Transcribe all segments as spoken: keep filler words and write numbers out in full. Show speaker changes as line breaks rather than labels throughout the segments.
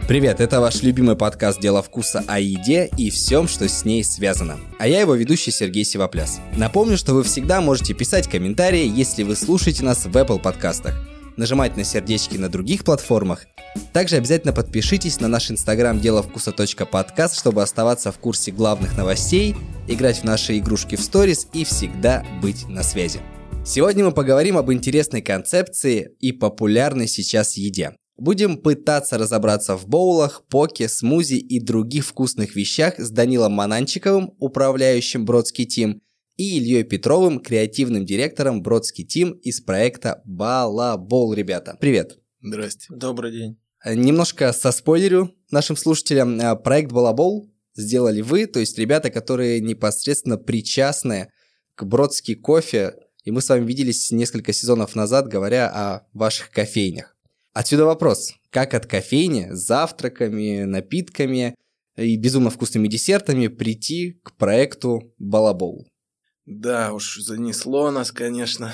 Привет, это ваш любимый подкаст «Дело вкуса» о еде и всем, что с ней связано. А я его ведущий Сергей Сивопляс. Напомню, что вы всегда можете писать комментарии, если вы слушаете нас в Apple подкастах, нажимать на сердечки на других платформах. Также обязательно подпишитесь на наш инстаграм дело вкуса точка подкаст, чтобы оставаться в курсе главных новостей, играть в наши игрушки в сторис и всегда быть на связи. Сегодня мы поговорим об интересной концепции и популярной сейчас еде. Будем пытаться разобраться в боулах, поке, смузи и других вкусных вещах с Данилом Мананчиковым, управляющим Бродский Тим, и Ильей Петровым, креативным директором Бродский Тим из проекта Балабол. Ребята, привет.
Здрасте.
Добрый день.
Немножко соспойлерю нашим слушателям. Проект Балабол сделали вы, то есть ребята, которые непосредственно причастны к Бродский кофе. И мы с вами виделись несколько сезонов назад, говоря о ваших кофейнях. Отсюда вопрос, как от кофейни с завтраками, напитками и безумно вкусными десертами прийти к проекту Балабол?
Да уж, занесло нас, конечно,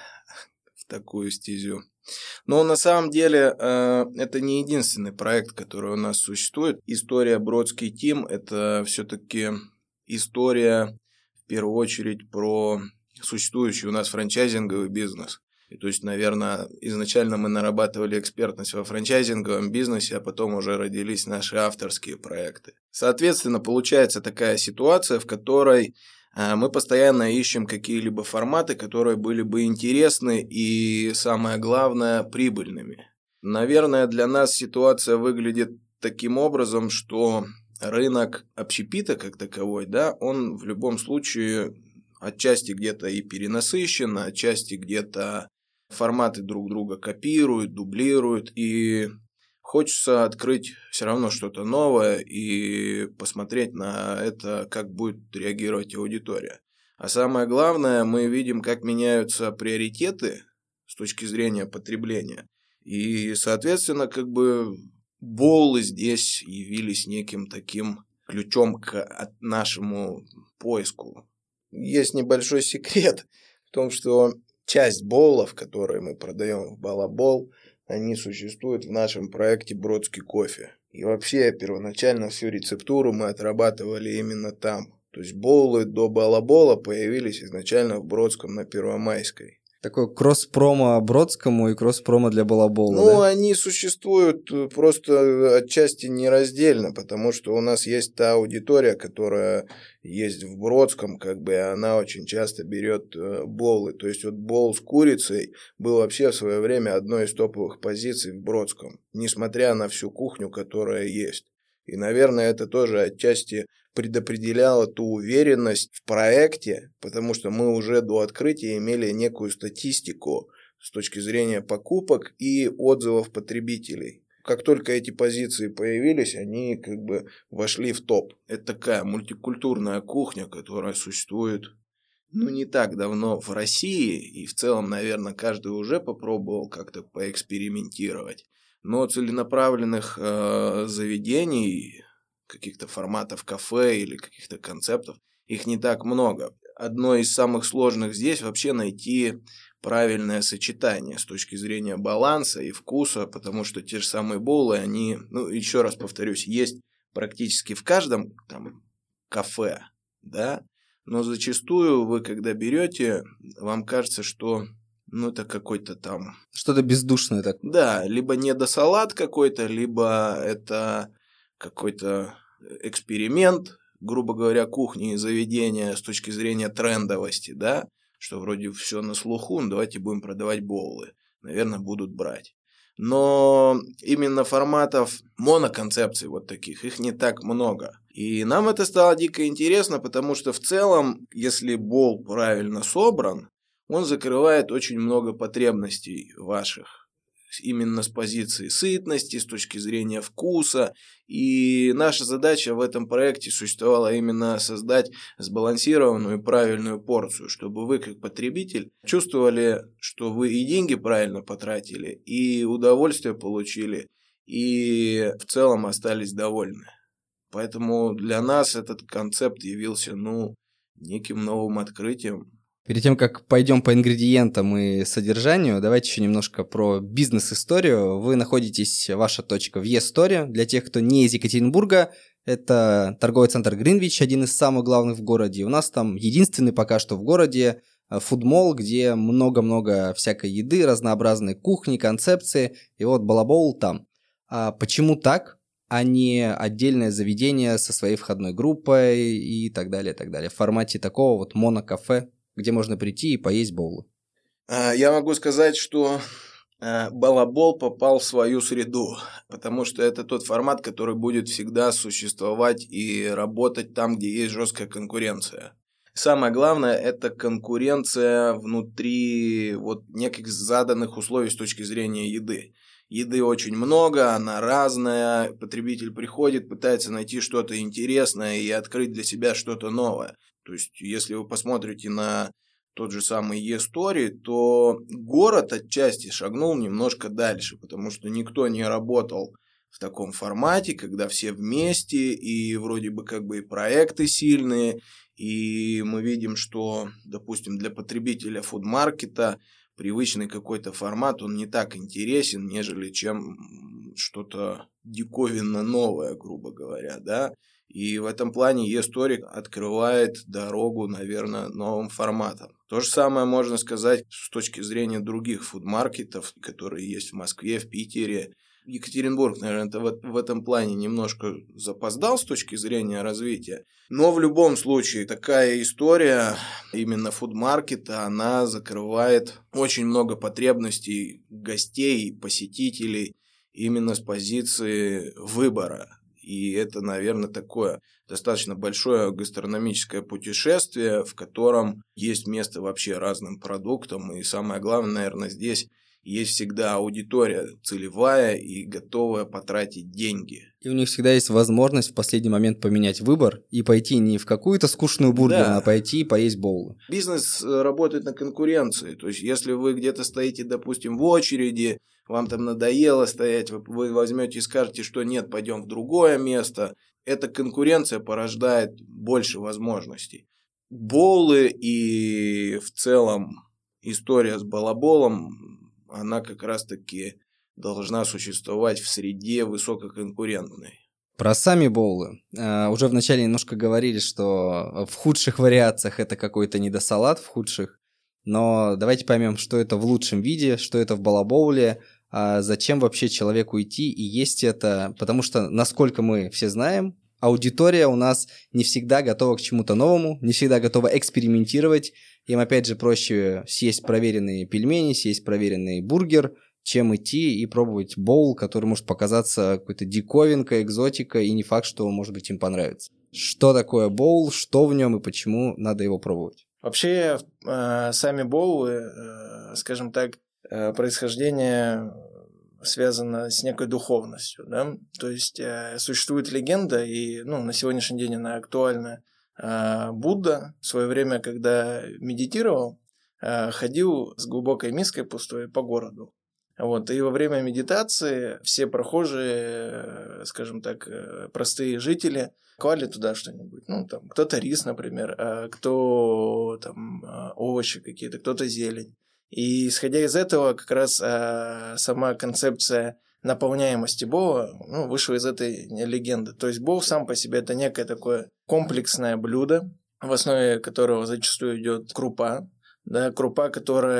в такую стезю. Но на самом деле э, это не единственный проект, который у нас существует. История Бродский Тим – это все-таки история, в первую очередь, про существующий у нас франчайзинговый бизнес. И, то есть, наверное, изначально мы нарабатывали экспертность во франчайзинговом бизнесе, а потом уже родились наши авторские проекты. Соответственно, получается такая ситуация, в которой э, мы постоянно ищем какие-либо форматы, которые были бы интересны и, самое главное, прибыльными. Наверное, для нас ситуация выглядит таким образом, что рынок общепита как таковой, да, он в любом случае отчасти где-то и перенасыщен, отчасти где-то форматы друг друга копируют, дублируют, и хочется открыть все равно что-то новое и посмотреть на это, как будет реагировать аудитория. А самое главное, мы видим, как меняются приоритеты с точки зрения потребления. И, соответственно, как бы боулы здесь явились неким таким ключом к нашему поиску. Есть небольшой секрет в том, что часть боулов, которые мы продаем в Балабол, они существуют в нашем проекте Бродский кофе. И вообще первоначально всю рецептуру мы отрабатывали именно там. То есть боулы до Балабола появились изначально в Бродском на Первомайской.
Такой кросс-промо Бродскому и кросс-промо для Балабола,
Ну,
да?
они существуют просто отчасти нераздельно, потому что у нас есть та аудитория, которая есть в Бродском, как бы, и она очень часто берет боулы. То есть вот боул с курицей был вообще в свое время одной из топовых позиций в Бродском, несмотря на всю кухню, которая есть. И, наверное, это тоже отчасти предопределяло ту уверенность в проекте, потому что мы уже до открытия имели некую статистику с точки зрения покупок и отзывов потребителей. Как только эти позиции появились, они как бы вошли в топ. Это такая мультикультурная кухня, которая существует, ну, не так давно в России, и в целом, наверное, каждый уже попробовал как-то поэкспериментировать. Но целенаправленных э, заведений, каких-то форматов кафе или каких-то концептов, их не так много. Одно из самых сложных здесь вообще найти правильное сочетание с точки зрения баланса и вкуса, потому что те же самые боулы, они, ну, еще раз повторюсь, есть практически в каждом там кафе, да, но зачастую вы, когда берете, вам кажется, что ну, это какой-то там...
Что-то бездушное так.
Да, либо недосалат какой-то, либо это какой-то эксперимент, грубо говоря, кухни и заведения с точки зрения трендовости, да, что вроде все на слуху, ну, давайте будем продавать боулы. Наверное, будут брать. Но именно форматов моноконцепций вот таких, их не так много. И нам это стало дико интересно, потому что в целом, если боул правильно собран, он закрывает очень много потребностей ваших, именно с позиции сытности, с точки зрения вкуса. И наша задача в этом проекте существовала именно создать сбалансированную и правильную порцию, чтобы вы, как потребитель, чувствовали, что вы и деньги правильно потратили, и удовольствие получили, и в целом остались довольны. Поэтому для нас этот концепт явился, ну, неким новым открытием.
Перед тем, как пойдем по ингредиентам и содержанию, давайте еще немножко про бизнес-историю. Вы находитесь, ваша точка, в Е-сторе. Для тех, кто не из Екатеринбурга, это торговый центр Гринвич, один из самых главных в городе. У нас там единственный пока что в городе фудмолл, где много-много всякой еды, разнообразной кухни, концепции. И вот балабол там. А почему так, а не отдельное заведение со своей входной группой и так далее, и так далее. В формате такого вот монокафе, где можно прийти и поесть боулы.
Я могу сказать, что балабол попал в свою среду, потому что это тот формат, который будет всегда существовать и работать там, где есть жесткая конкуренция. Самое главное – это конкуренция внутри вот неких заданных условий с точки зрения еды. Еды очень много, она разная, потребитель приходит, пытается найти что-то интересное и открыть для себя что-то новое. То есть, если вы посмотрите на тот же самый Е-Story, то город отчасти шагнул немножко дальше, потому что никто не работал в таком формате, когда все вместе, и вроде бы как бы и проекты сильные, и мы видим, что, допустим, для потребителя фудмаркета привычный какой-то формат, он не так интересен, нежели чем что-то диковинно новое, грубо говоря, да. И в этом плане Е-Story открывает дорогу, наверное, новым форматам. То же самое можно сказать с точки зрения других фудмаркетов, которые есть в Москве, в Питере. Екатеринбург, наверное, в этом плане немножко запоздал с точки зрения развития. Но в любом случае такая история именно фудмаркета, она закрывает очень много потребностей гостей, посетителей именно с позиции выбора. И это, наверное, такое достаточно большое гастрономическое путешествие, в котором есть место вообще разным продуктам. И самое главное, наверное, здесь есть всегда аудитория целевая и готовая потратить деньги.
И у них всегда есть возможность в последний момент поменять выбор и пойти не в какую-то скучную бургер, да, а пойти и поесть боулы.
Бизнес работает на конкуренции. То есть, если вы где-то стоите, допустим, в очереди, вам там надоело стоять, вы возьмете и скажете, что нет, пойдем в другое место. Эта конкуренция порождает больше возможностей. Боулы и в целом история с балаболом, она как раз-таки должна существовать в среде высококонкурентной.
Про сами боулы. Uh, уже вначале немножко говорили, что в худших вариациях это какой-то недосалат, в худших. Но давайте поймем, что это в лучшем виде, что это в балабоуле, uh, зачем вообще человеку идти и есть это. Потому что, насколько мы все знаем, аудитория у нас не всегда готова к чему-то новому, не всегда готова экспериментировать. Им, опять же, проще съесть проверенные пельмени, съесть проверенный бургер, чем идти и пробовать боул, который может показаться какой-то диковинкой, экзотикой, и не факт, что, может быть, им понравится. Что такое боул, что в нем и почему надо его пробовать?
Вообще, э, сами боулы, э, скажем так, э, происхождение связано с некой духовностью, да? То есть э, существует легенда, и ну, на сегодняшний день она актуальна. Э, Будда в свое время, когда медитировал, э, ходил с глубокой миской пустой по городу. Вот, и во время медитации все прохожие, скажем так, простые жители клали туда что-нибудь. Ну, там, кто-то рис, например, а кто там овощи какие-то, кто-то зелень. И исходя из этого, как раз а, сама концепция наполняемости боула ну, вышла из этой легенды. То есть боул сам по себе это некое такое комплексное блюдо, в основе которого зачастую идет крупа. Да, крупа,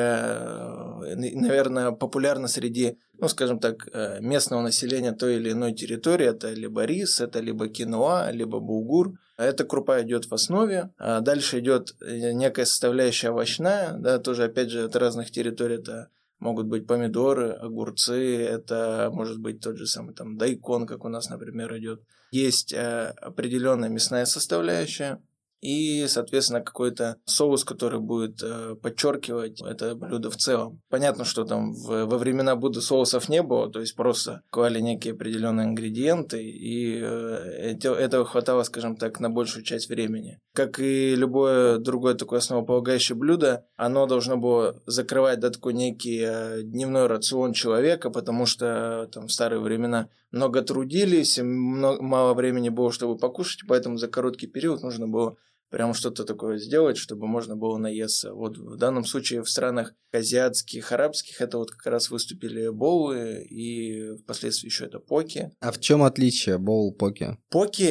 которая, наверное, популярна среди, ну, скажем так, местного населения той или иной территории. Это либо рис, это либо киноа, либо булгур. Эта крупа идет в основе. А дальше идет некая составляющая овощная, да, тоже, опять же, от разных территорий. Это могут быть помидоры, огурцы, это может быть тот же самый там дайкон, как у нас, например, идет. Есть определенная мясная составляющая. И, соответственно, какой-то соус, который будет э, подчеркивать это блюдо в целом. Понятно, что там в, во времена Будды соусов не было, то есть просто клали некие определенные ингредиенты, и э, этого хватало, скажем так, на большую часть времени. Как и любое другое такое основополагающее блюдо, оно должно было закрывать да, такой некий э, дневной рацион человека, потому что там в старые времена много трудились, много, мало времени было, чтобы покушать, поэтому за короткий период нужно было прям что-то такое сделать, чтобы можно было наесться. Вот в данном случае в странах азиатских, арабских это вот как раз выступили боулы и впоследствии еще это поки.
А в чем отличие боул поки?
Поки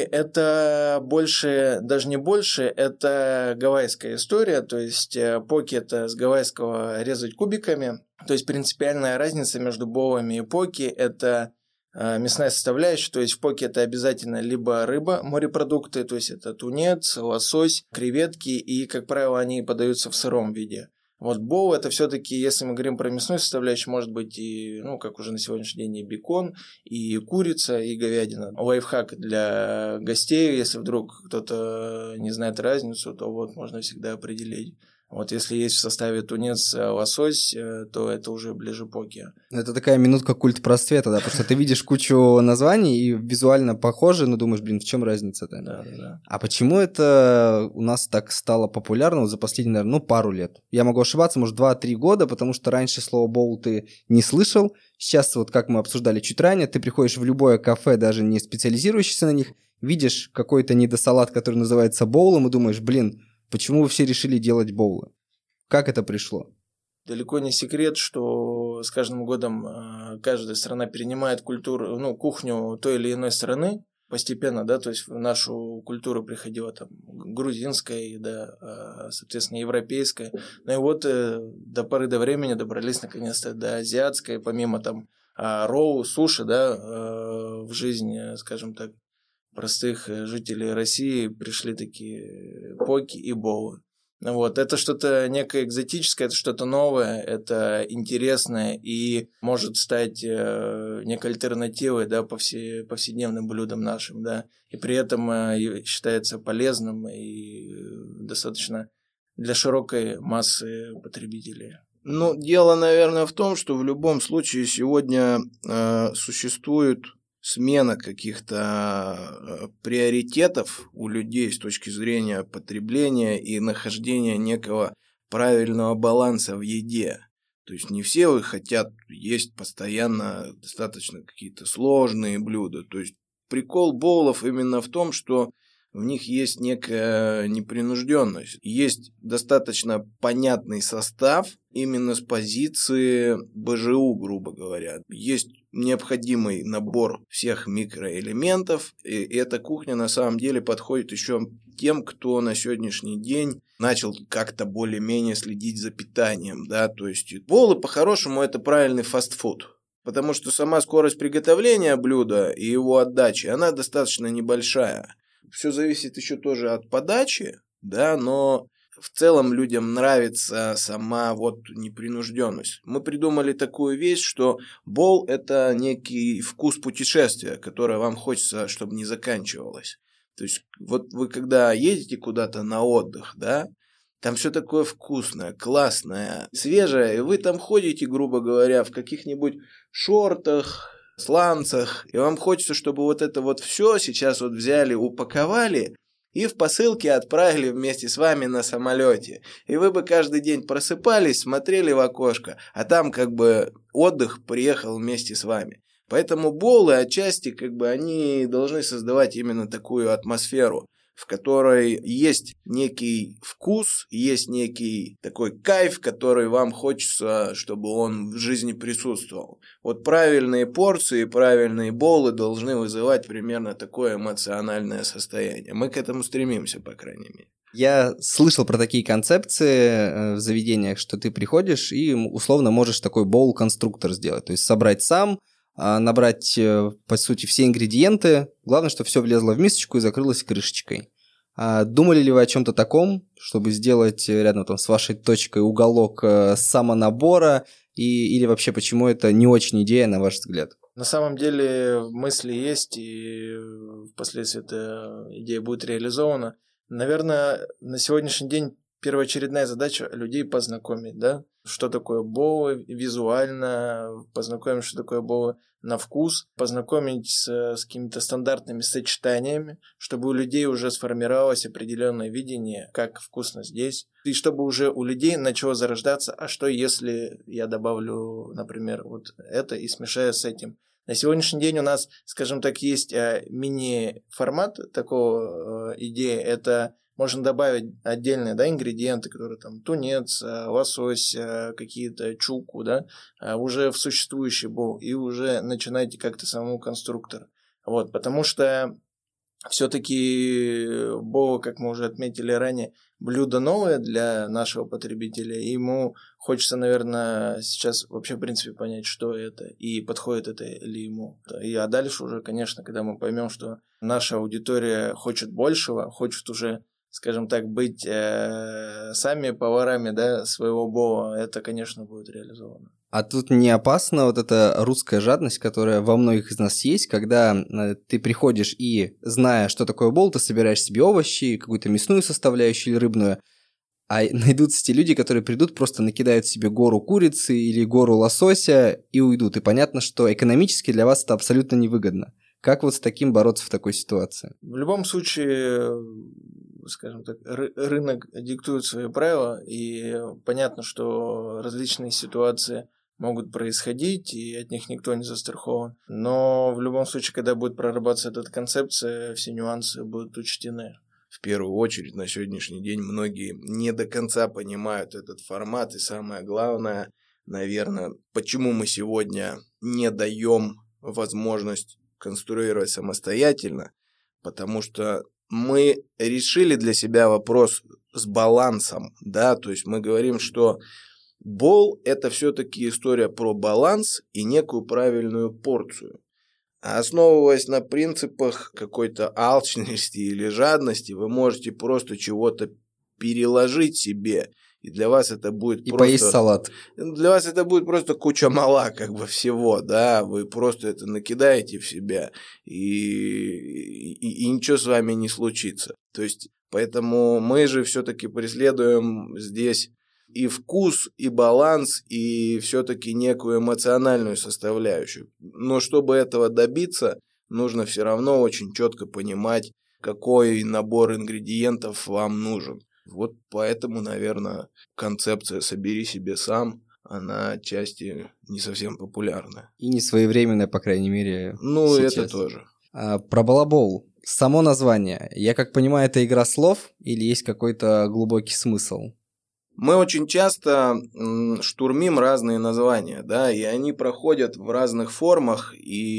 это больше, даже не больше, это гавайская история, то есть поки это с гавайского резать кубиками, то есть принципиальная разница между боулами и поки это мясная составляющая, то есть в поке это обязательно либо рыба, морепродукты, то есть это тунец, лосось, креветки, и, как правило, они подаются в сыром виде. Вот боул это все-таки, если мы говорим про мясную составляющую, может быть и, ну, как уже на сегодняшний день, и бекон, и курица, и говядина. Лайфхак для гостей, если вдруг кто-то не знает разницу, то вот можно всегда определить. Вот если есть в составе тунец, лосось, то это уже ближе поки.
Это такая минутка культ просвета, да, потому что ты видишь кучу названий и визуально похожи, но думаешь, блин, в чем разница-то?
Да, да, да.
А почему это у нас так стало популярно за последние, наверное, ну, пару лет? Я могу ошибаться, может, два-три года, потому что раньше слово боул ты не слышал. Сейчас, вот как мы обсуждали чуть ранее, ты приходишь в любое кафе, даже не специализирующееся на них, видишь какой-то недосалат, который называется боулом, и думаешь, блин, почему вы все решили делать боулы? Как это пришло?
Далеко не секрет, что с каждым годом каждая страна перенимает культуру, ну, кухню той или иной страны постепенно, да, то есть в нашу культуру приходила там грузинская, да, соответственно, европейская. Ну и вот до поры до времени добрались наконец-то до азиатской, помимо там роу, суши, да, в жизнь, скажем так, простых жителей России пришли такие поки и боулы. Вот. Это что-то некое экзотическое, это что-то новое, это интересное и может стать э, некой альтернативой, да, повсе, повседневным блюдам нашим, да, и при этом э, считается полезным и достаточно для широкой массы потребителей.
Ну, дело, наверное, в том, что в любом случае сегодня э, существует смена каких-то приоритетов у людей с точки зрения потребления и нахождения некого правильного баланса в еде. То есть не все хотят есть постоянно достаточно какие-то сложные блюда. То есть прикол боулов именно в том, что в них есть некая непринужденность. Есть достаточно понятный состав именно с позиции БЖУ, грубо говоря. Есть необходимый набор всех микроэлементов, и эта кухня на самом деле подходит еще тем, кто на сегодняшний день начал как-то более-менее следить за питанием, да, то есть боулы по-хорошему это правильный фастфуд. Потому что сама скорость приготовления блюда и его отдачи, она достаточно небольшая. Все зависит еще тоже от подачи, да, но в целом людям нравится сама вот непринужденность. Мы придумали такую вещь, что боул – это некий вкус путешествия, которое вам хочется, чтобы не заканчивалось. То есть вот вы когда едете куда-то на отдых, да, там все такое вкусное, классное, свежее, и вы там ходите, грубо говоря, в каких-нибудь шортах, сланцах, и вам хочется, чтобы вот это вот все сейчас вот взяли, упаковали и в посылке отправили вместе с вами на самолете. И вы бы каждый день просыпались, смотрели в окошко, а там как бы отдых приехал вместе с вами. Поэтому боулы отчасти как бы они должны создавать именно такую атмосферу, в которой есть некий вкус, есть некий такой кайф, который вам хочется, чтобы он в жизни присутствовал. Вот правильные порции, правильные боулы должны вызывать примерно такое эмоциональное состояние. Мы к этому стремимся, по крайней мере.
Я слышал про такие концепции в заведениях, что ты приходишь и условно можешь такой боул-конструктор сделать, то есть собрать сам, набрать, по сути, все ингредиенты. Главное, чтобы все влезло в мисочку и закрылось крышечкой. А думали ли вы о чем-то таком, чтобы сделать рядом там, с вашей точкой уголок самонабора? И, или вообще, почему это не очень идея, на ваш взгляд?
На самом деле мысли есть, и впоследствии эта идея будет реализована. Наверное, на сегодняшний день первоочередная задача людей познакомить, да, что такое боулы визуально, познакомить, что такое боулы на вкус, познакомить с, с какими-то стандартными сочетаниями, чтобы у людей уже сформировалось определенное видение, как вкусно здесь, и чтобы уже у людей начало зарождаться, а что если я добавлю, например, вот это и смешаю с этим. На сегодняшний день у нас, скажем так, есть э, мини-формат такого э, идеи, это можно добавить отдельные, да, ингредиенты, которые там тунец, лосось, какие-то чуку, да, уже в существующий боул, и уже начинайте как-то самому конструктор. Вот, потому что все-таки боул, как мы уже отметили ранее, блюдо новое для нашего потребителя, и ему хочется, наверное, сейчас вообще, в принципе, понять, что это, и подходит это ли ему. И, а дальше уже, конечно, когда мы поймем, что наша аудитория хочет большего, хочет уже, скажем так, быть э, сами поварами, да, своего боула, это, конечно, будет реализовано.
А тут не опасна вот эта русская жадность, которая во многих из нас есть, когда ты приходишь и, зная, что такое боул, ты собираешь себе овощи, какую-то мясную составляющую или рыбную, а найдутся те люди, которые придут, просто накидают себе гору курицы или гору лосося и уйдут. И понятно, что экономически для вас это абсолютно невыгодно. Как вот с таким бороться в такой ситуации?
В любом случае, скажем так, ры- рынок диктует свои правила, и понятно, что различные ситуации могут происходить, и от них никто не застрахован. Но в любом случае, когда будет прорабатываться эта концепция, все нюансы будут учтены.
В первую очередь, на сегодняшний день многие не до конца понимают этот формат, и самое главное, наверное, почему мы сегодня не даем возможность конструировать самостоятельно, потому что мы решили для себя вопрос с балансом, да, то есть мы говорим, что боул – это все-таки история про баланс и некую правильную порцию. А основываясь на принципах какой-то алчности или жадности, вы можете просто чего-то переложить себе, и для вас это будет
и
просто...
поесть салат.
Для вас это будет просто куча мала, как бы, всего, да, вы просто это накидаете в себя, и, и, и ничего с вами не случится. То есть, поэтому мы же все-таки преследуем здесь и вкус, и баланс, и все-таки некую эмоциональную составляющую. Но чтобы этого добиться, нужно все равно очень четко понимать, какой набор ингредиентов вам нужен. Вот поэтому, наверное, концепция «собери себе сам», она отчасти не совсем популярна.
И не своевременная, по крайней мере,
Ну,
сейчас.
это тоже.
А, про балабол. Само название. Я как понимаю, это игра слов или есть какой-то глубокий смысл?
Мы очень часто штурмим разные названия, да, и они проходят в разных формах,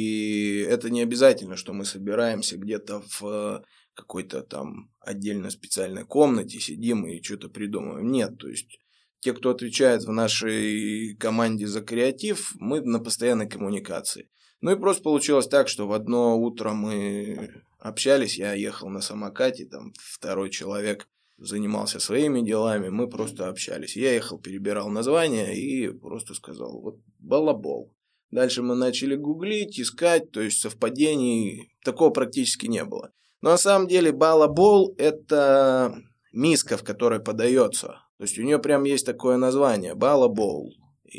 и это не обязательно, что мы собираемся где-то в какой-то там отдельно специальной комнате, сидим и что-то придумываем. Нет, то есть те, кто отвечает в нашей команде за креатив, мы на постоянной коммуникации. Ну и просто получилось так, что в одно утро мы общались, я ехал на самокате, там второй человек занимался своими делами, мы просто общались. Я ехал, перебирал названия и просто сказал, вот балабол. Дальше мы начали гуглить, искать, то есть совпадений такого практически не было. Но на самом деле балабол – это миска, в которой подается. То есть у нее прям есть такое название – балабол.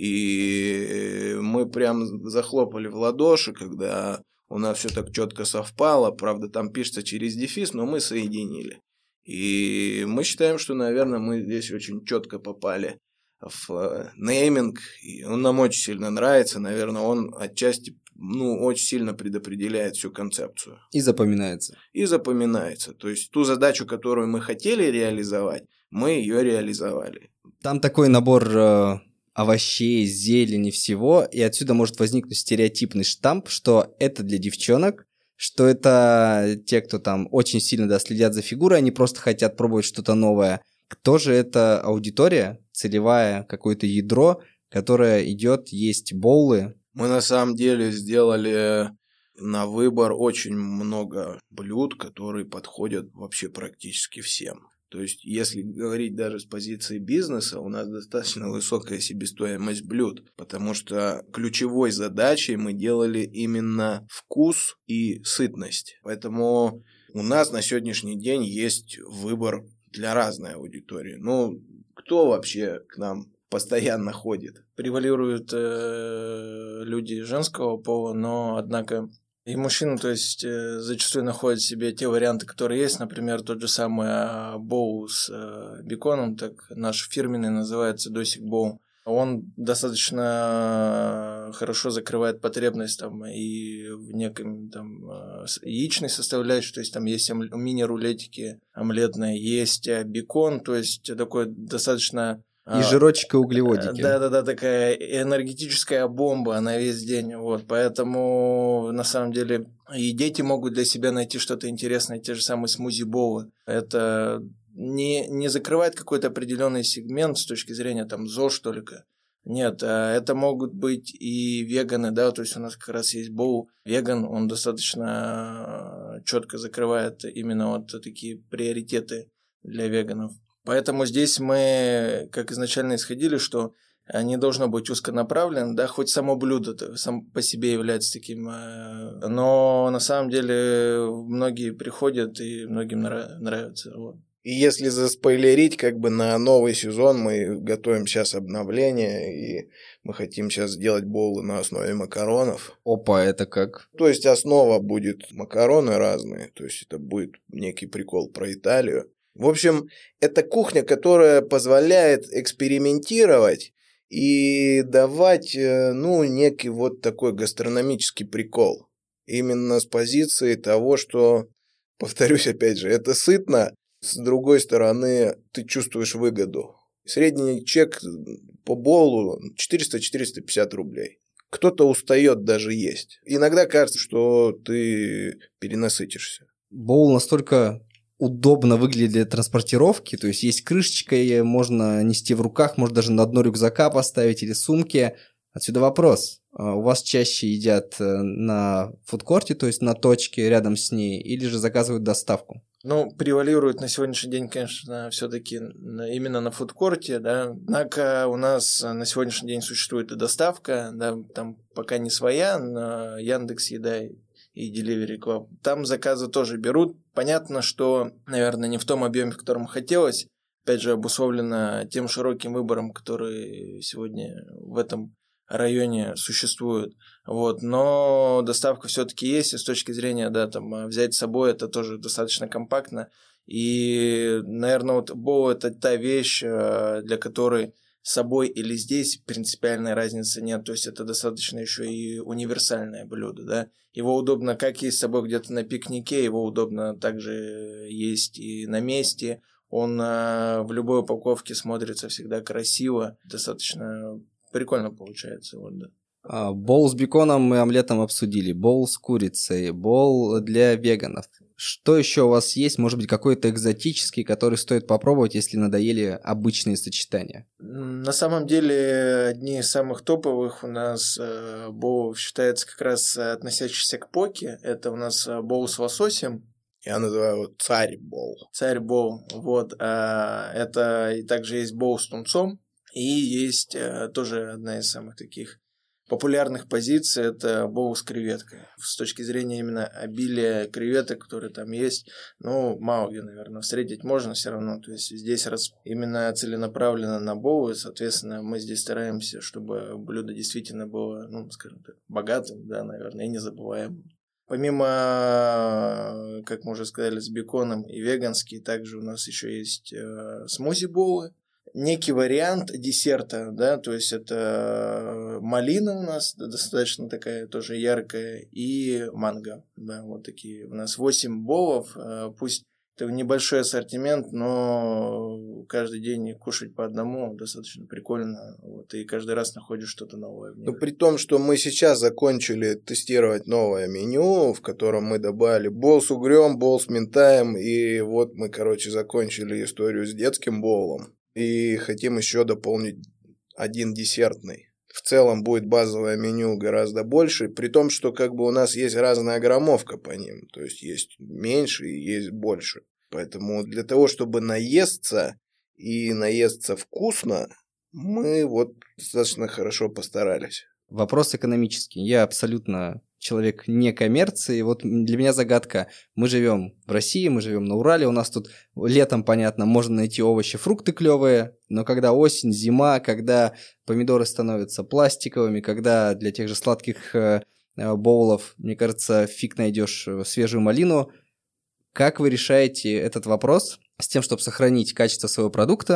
И мы прям захлопали в ладоши, когда у нас все так четко совпало. Правда, там пишется через дефис, но мы соединили. И мы считаем, что, наверное, мы здесь очень четко попали в нейминг. И он нам очень сильно нравится. Наверное, он отчасти, ну, очень сильно предопределяет всю концепцию.
И запоминается.
И запоминается. То есть ту задачу, которую мы хотели реализовать, мы ее реализовали.
Там такой набор э, овощей, зелени, всего, и отсюда может возникнуть стереотипный штамп, что это для девчонок, что это те, кто там очень сильно, да, следят за фигурой, они просто хотят пробовать что-то новое. Кто же это аудитория, целевая, какое-то ядро, которое идет есть боулы?
Мы на самом деле сделали на выбор очень много блюд, которые подходят вообще практически всем. То есть, если говорить даже с позиции бизнеса, у нас достаточно высокая себестоимость блюд, потому что ключевой задачей мы делали именно вкус и сытность. Поэтому у нас на сегодняшний день есть выбор для разной аудитории. Ну, кто вообще к нам постоянно ходит?
Превалируют э, люди женского пола, но, однако, и мужчины, то есть, э, зачастую находят себе те варианты, которые есть. Например, тот же самый э, боул с э, беконом, так наш фирменный называется досик боул. Он достаточно хорошо закрывает потребность там и в неком там яичной составляющей, то есть там есть мини-рулетики омлетные, есть бекон, то есть такой достаточно...
И жирочек, и углеводики.
Да-да-да, такая энергетическая бомба на весь день. Вот. Поэтому, на самом деле, и дети могут для себя найти что-то интересное, те же самые смузи-боулы. Это не, не закрывает какой-то определенный сегмент с точки зрения там ЗОЖ только. Нет, это могут быть и веганы, да, то есть у нас как раз есть боул веган, он достаточно четко закрывает именно вот такие приоритеты для веганов. Поэтому здесь мы, как изначально исходили, что не должно быть узконаправлено, да, хоть само блюдо сам по себе является таким, но на самом деле многие приходят и многим нравится. Вот.
И если заспойлерить, как бы на новый сезон мы готовим сейчас обновление, и мы хотим сейчас сделать боулы на основе макаронов.
Опа, это как?
То есть основа будет макароны разные, то есть это будет некий прикол про Италию. В общем, это кухня, которая позволяет экспериментировать и давать, ну, некий вот такой гастрономический прикол. Именно с позиции того, что, повторюсь опять же, это сытно, с другой стороны, ты чувствуешь выгоду. Средний чек по боулу четыреста - четыреста пятьдесят рублей. Кто-то устает даже есть. Иногда кажется, что ты перенасытишься.
Боул настолько... удобно выглядит для транспортировки, то есть есть крышечка, ее можно нести в руках, можно даже на дно рюкзака поставить или сумки. Отсюда вопрос. У вас чаще едят на фудкорте, то есть на точке рядом с ней, или же заказывают доставку?
Ну, превалирует на сегодняшний день, конечно, все-таки именно на фудкорте, да. Однако у нас на сегодняшний день существует и доставка, да, там пока не своя, на Яндекс.Еда и Delivery Club. Там заказы тоже берут. Понятно, что, наверное, не в том объеме, в котором хотелось. Опять же, обусловлено тем широким выбором, который сегодня в этом районе существует. Вот. Но доставка все-таки есть, и с точки зрения, да, там, взять с собой это тоже достаточно компактно. И, наверное, вот боул – это та вещь, для которой с собой или здесь принципиальной разницы нет, то есть это достаточно еще и универсальное блюдо, да. Его удобно как есть с собой где-то на пикнике, его удобно также есть и на месте. Он в любой упаковке смотрится всегда красиво, достаточно прикольно получается, вот, да.
А, боул с беконом и омлетом обсудили, боул с курицей, боул для веганов. Что еще у вас есть? Может быть, какой-то экзотический, который стоит попробовать, если надоели обычные сочетания?
На самом деле, одни из самых топовых у нас э, боулов считается как раз относящийся к поке. Это у нас боул с лососем.
Я называю его царь-боул.
Царь-боул. Вот. А, это и также есть боул с тунцом. И есть а, тоже одна из самых таких популярных позиций – это боул с креветкой. С точки зрения именно обилия креветок, которые там есть, ну, мало где, наверное, встретить можно все равно. То есть здесь раз именно целенаправленно на боул, и, соответственно, мы здесь стараемся, чтобы блюдо действительно было, ну, скажем так, богатым, да, наверное, и незабываемым. Помимо, как мы уже сказали, с беконом и веганский, также у нас еще есть э, смузи-боулы. Некий вариант десерта, да, то есть это малина у нас достаточно такая тоже яркая и манго, да, вот такие у нас восемь боулов, пусть это небольшой ассортимент, но каждый день кушать по одному достаточно прикольно, вот, и каждый раз находишь что-то новое в них.
Ну, при том, что мы сейчас закончили тестировать новое меню, в котором мы добавили боул с угрем, боул с минтаем, и вот мы, короче, закончили историю с детским боулом. И хотим еще дополнить один десертный. В целом будет базовое меню гораздо больше, при том, что как бы у нас есть разная граммовка по ним, то есть есть меньше и есть больше. Поэтому для того, чтобы наесться и наесться вкусно, мы вот достаточно хорошо постарались.
Вопрос экономический. Я абсолютно человек не коммерции. Вот для меня загадка. Мы живем в России, мы живем на Урале. У нас тут летом, понятно, можно найти овощи, фрукты клевые. Но когда осень, зима, когда помидоры становятся пластиковыми, когда для тех же сладких э, боулов, мне кажется, фиг найдешь свежую малину. Как вы решаете этот вопрос с тем, чтобы сохранить качество своего продукта,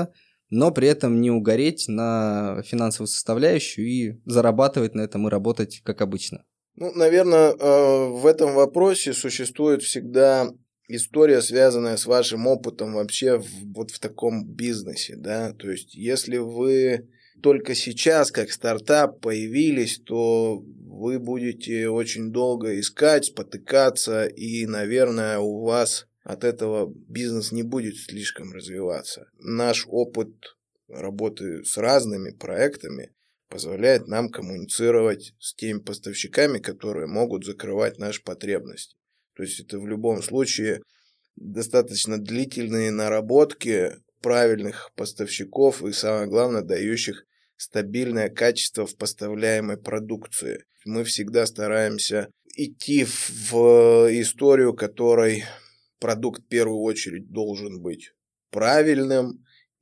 но при этом не угореть на финансовую составляющую и зарабатывать на этом и работать как обычно?
Ну, наверное, в этом вопросе существует всегда история, связанная с вашим опытом вообще в, вот в таком бизнесе, да, то есть если вы только сейчас как стартап появились, то вы будете очень долго искать, спотыкаться, и, наверное, у вас от этого бизнес не будет слишком развиваться. Наш опыт работы с разными проектами позволяет нам коммуницировать с теми поставщиками, которые могут закрывать наши потребности. То есть это в любом случае достаточно длительные наработки правильных поставщиков и, самое главное, дающих стабильное качество в поставляемой продукции. Мы всегда стараемся идти в историю, которой продукт в первую очередь должен быть правильным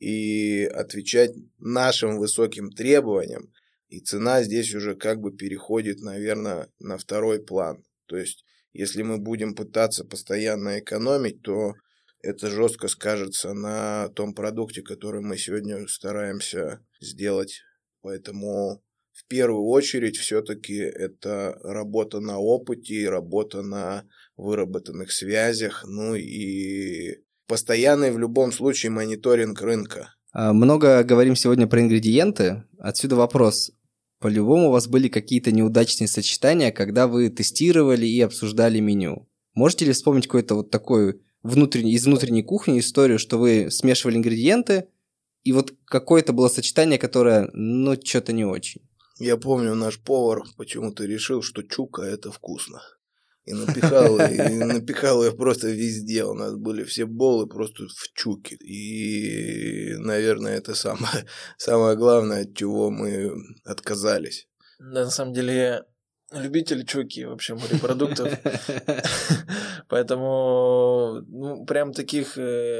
и отвечать нашим высоким требованиям. И цена здесь уже как бы переходит, наверное, на второй план. То есть, если мы будем пытаться постоянно экономить, то это жестко скажется на том продукте, который мы сегодня стараемся сделать. Поэтому в первую очередь все-таки это работа на опыте и работа на выработанных связях, ну и постоянный в любом случае мониторинг рынка.
Много говорим сегодня про ингредиенты. Отсюда вопрос. По-любому у вас были какие-то неудачные сочетания, когда вы тестировали и обсуждали меню. Можете ли вспомнить какой-то вот такой внутренний, из внутренней кухни историю, что вы смешивали ингредиенты, и вот какое-то было сочетание, которое, ну, что-то не очень?
Я помню, наш повар почему-то решил, что чука – это вкусно. И напихал, и напихал ее просто везде. У нас были все болы просто в чуке. И, наверное, это самое, самое главное, от чего мы отказались.
Да, на самом деле, я любитель чуки, вообще, морепродуктов. Поэтому, ну, прям таких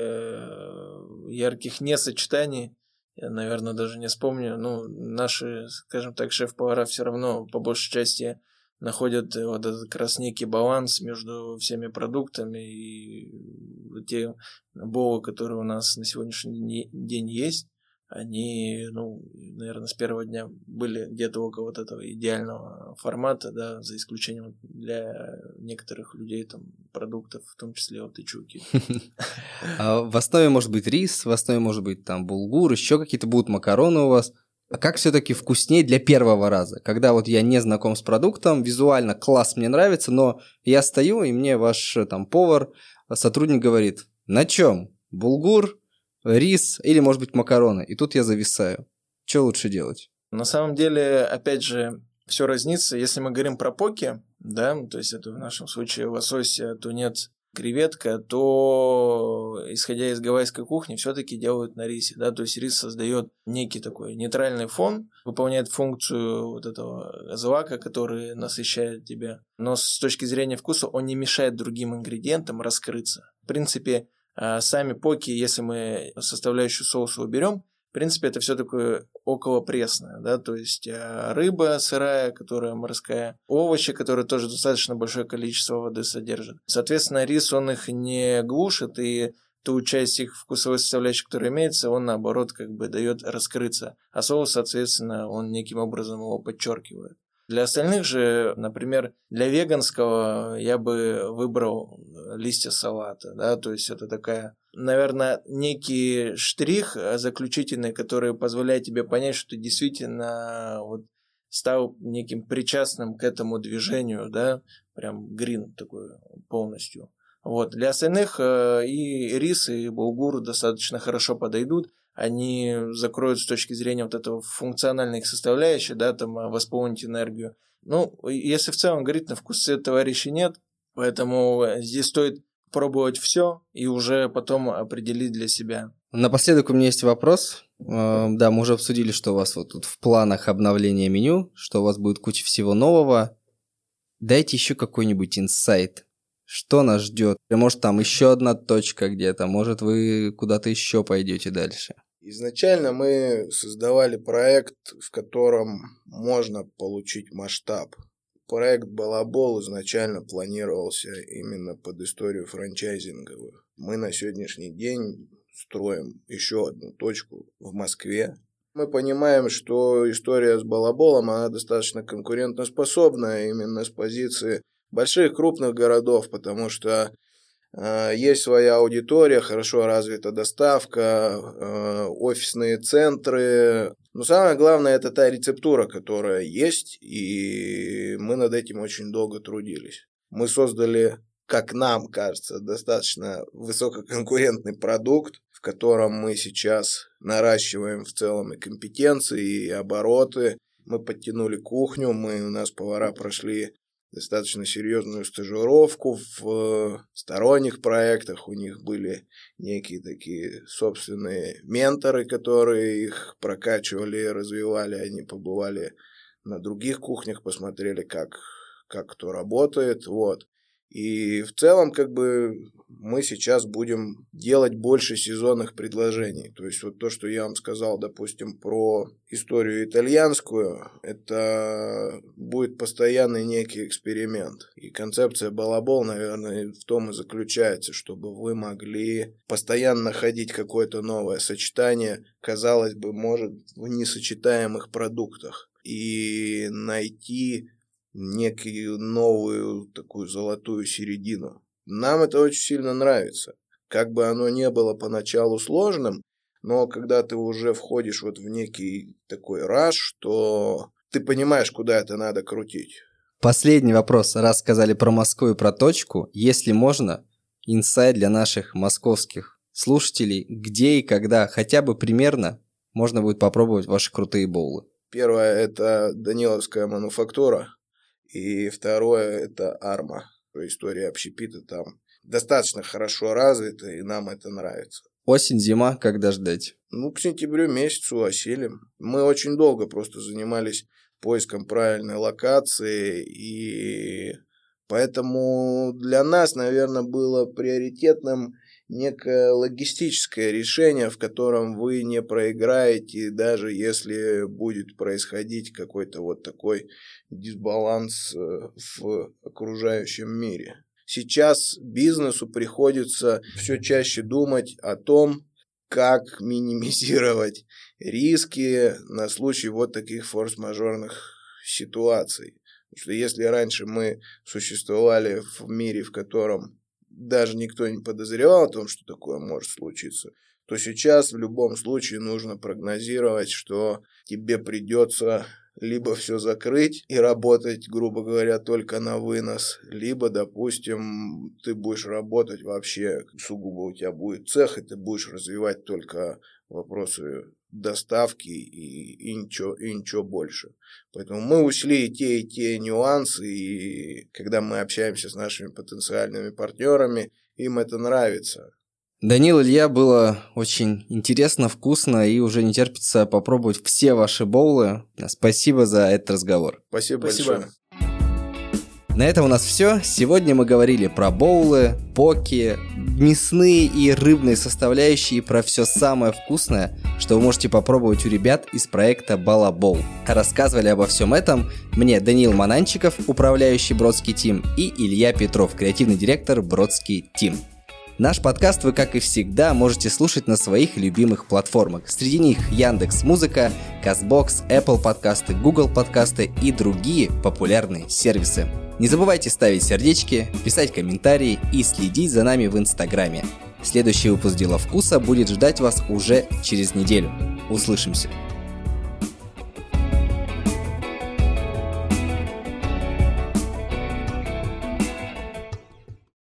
ярких несочетаний я, наверное, даже не вспомню. Ну, наши, скажем так, шеф-повара все равно по большей части находят вот этот как раз некий баланс между всеми продуктами, и те боулы, которые у нас на сегодняшний день есть, они, ну, наверное, с первого дня были где-то около вот этого идеального формата, да, за исключением для некоторых людей там продуктов, в том числе вот и чуки.
В основе может быть рис, в основе может быть там булгур, еще какие-то будут макароны у вас. А как все-таки вкуснее для первого раза? Когда вот я не знаком с продуктом, визуально класс мне нравится, но я стою, и мне ваш там повар, сотрудник говорит: на чем? Булгур, рис или, может быть, макароны? И тут я зависаю. Что лучше делать?
На самом деле, опять же, все разнится. Если мы говорим про поки, да, то есть это в нашем случае лосось, тунец, креветка, то, исходя из гавайской кухни, все-таки делают на рисе, да, то есть рис создает некий такой нейтральный фон, выполняет функцию вот этого злака, который насыщает тебя, но с точки зрения вкуса он не мешает другим ингредиентам раскрыться. В принципе, сами поки, если мы составляющую соуса уберем, в принципе, это все такое околопресное, да, то есть рыба сырая, которая морская, овощи, которые тоже достаточно большое количество воды содержат. Соответственно, рис, он их не глушит, и ту часть их вкусовой составляющей, которая имеется, он, наоборот, как бы дает раскрыться, а соус, соответственно, он неким образом его подчеркивает. Для остальных же, например, для веганского я бы выбрал листья салата, да, то есть это такая, наверное, некий штрих заключительный, который позволяет тебе понять, что ты действительно вот стал неким причастным к этому движению, да, прям грин такой полностью. Вот. Для остальных и рис, и булгур достаточно хорошо подойдут. Они закроют с точки зрения вот этого функциональной их составляющей, да, там восполнить энергию. Ну, если в целом говорить, на вкус цвет товарищей нет, поэтому здесь стоит пробовать все и уже потом определить для себя.
Напоследок у меня есть вопрос. Да, мы уже обсудили, что у вас вот тут в планах обновления меню, что у вас будет куча всего нового. Дайте еще какой-нибудь инсайт. Что нас ждет? Может, там еще одна точка где-то, может, вы куда-то еще пойдете дальше?
Изначально мы создавали проект, в котором можно получить масштаб. Проект «Балабол» изначально планировался именно под историю франчайзинговую. Мы на сегодняшний день строим еще одну точку в Москве. Мы понимаем, что история с балаболом, она достаточно конкурентоспособна именно с позиции больших крупных городов, потому что э, есть своя аудитория, хорошо развита доставка, э, офисные центры. Но самое главное, это та рецептура, которая есть, и мы над этим очень долго трудились. Мы создали, как нам кажется, достаточно высококонкурентный продукт, в котором мы сейчас наращиваем в целом и компетенции, и обороты. Мы подтянули кухню, мы, у нас повара прошли достаточно серьезную стажировку в сторонних проектах. У них были некие такие собственные менторы, которые их прокачивали, развивали. Они побывали на других кухнях, посмотрели, как, как кто работает. Вот. И в целом, как бы, мы сейчас будем делать больше сезонных предложений. То есть, вот то, что я вам сказал, допустим, про историю итальянскую, это будет постоянный некий эксперимент. И концепция балабол, наверное, в том и заключается, чтобы вы могли постоянно находить какое-то новое сочетание, казалось бы, может, в несочетаемых продуктах. И найти некую новую такую золотую середину. Нам это очень сильно нравится. Как бы оно ни было поначалу сложным, но когда ты уже входишь вот в некий такой раш, то ты понимаешь, куда это надо крутить.
Последний вопрос. Раз сказали про Москву и про точку, если можно, инсайт для наших московских слушателей, где и когда, хотя бы примерно, можно будет попробовать ваши крутые боулы.
Первое – это Даниловская мануфактура. И второе – это Арма. История общепита там достаточно хорошо развита, и нам это нравится.
Осень, зима, когда ждать?
Ну, к сентябрю месяцу осилим. Мы очень долго просто занимались поиском правильной локации, и поэтому для нас, наверное, было приоритетным некое логистическое решение, в котором вы не проиграете, даже если будет происходить какой-то вот такой дисбаланс в окружающем мире. Сейчас бизнесу приходится все чаще думать о том, как минимизировать риски на случай вот таких форс-мажорных ситуаций. Потому что если раньше мы существовали в мире, в котором даже никто не подозревал о том, что такое может случиться, то сейчас в любом случае нужно прогнозировать, что тебе придется либо все закрыть и работать, грубо говоря, только на вынос, либо, допустим, ты будешь работать вообще, сугубо у тебя будет цех, и ты будешь развивать только вопросы доставки и, и, ничего, и ничего больше. Поэтому мы учли и те, и те нюансы, и когда мы общаемся с нашими потенциальными партнерами, им это нравится.
Данил, Илья, было очень интересно, вкусно, и уже не терпится попробовать все ваши боулы. Спасибо за этот разговор.
Спасибо,
Спасибо.
большое.
На этом у нас все. Сегодня мы говорили про боулы, поки, мясные и рыбные составляющие, про все самое вкусное, что вы можете попробовать у ребят из проекта Балабол. Рассказывали обо всем этом мне Даниил Мананчиков, управляющий Бродский Тим, и Илья Петров, креативный директор Бродский Тим. Наш подкаст вы, как и всегда, можете слушать на своих любимых платформах. Среди них Яндекс.Музыка, Castbox, Apple подкасты, Google подкасты и другие популярные сервисы. Не забывайте ставить сердечки, писать комментарии и следить за нами в Инстаграме. Следующий выпуск «Дела вкуса» будет ждать вас уже через неделю. Услышимся!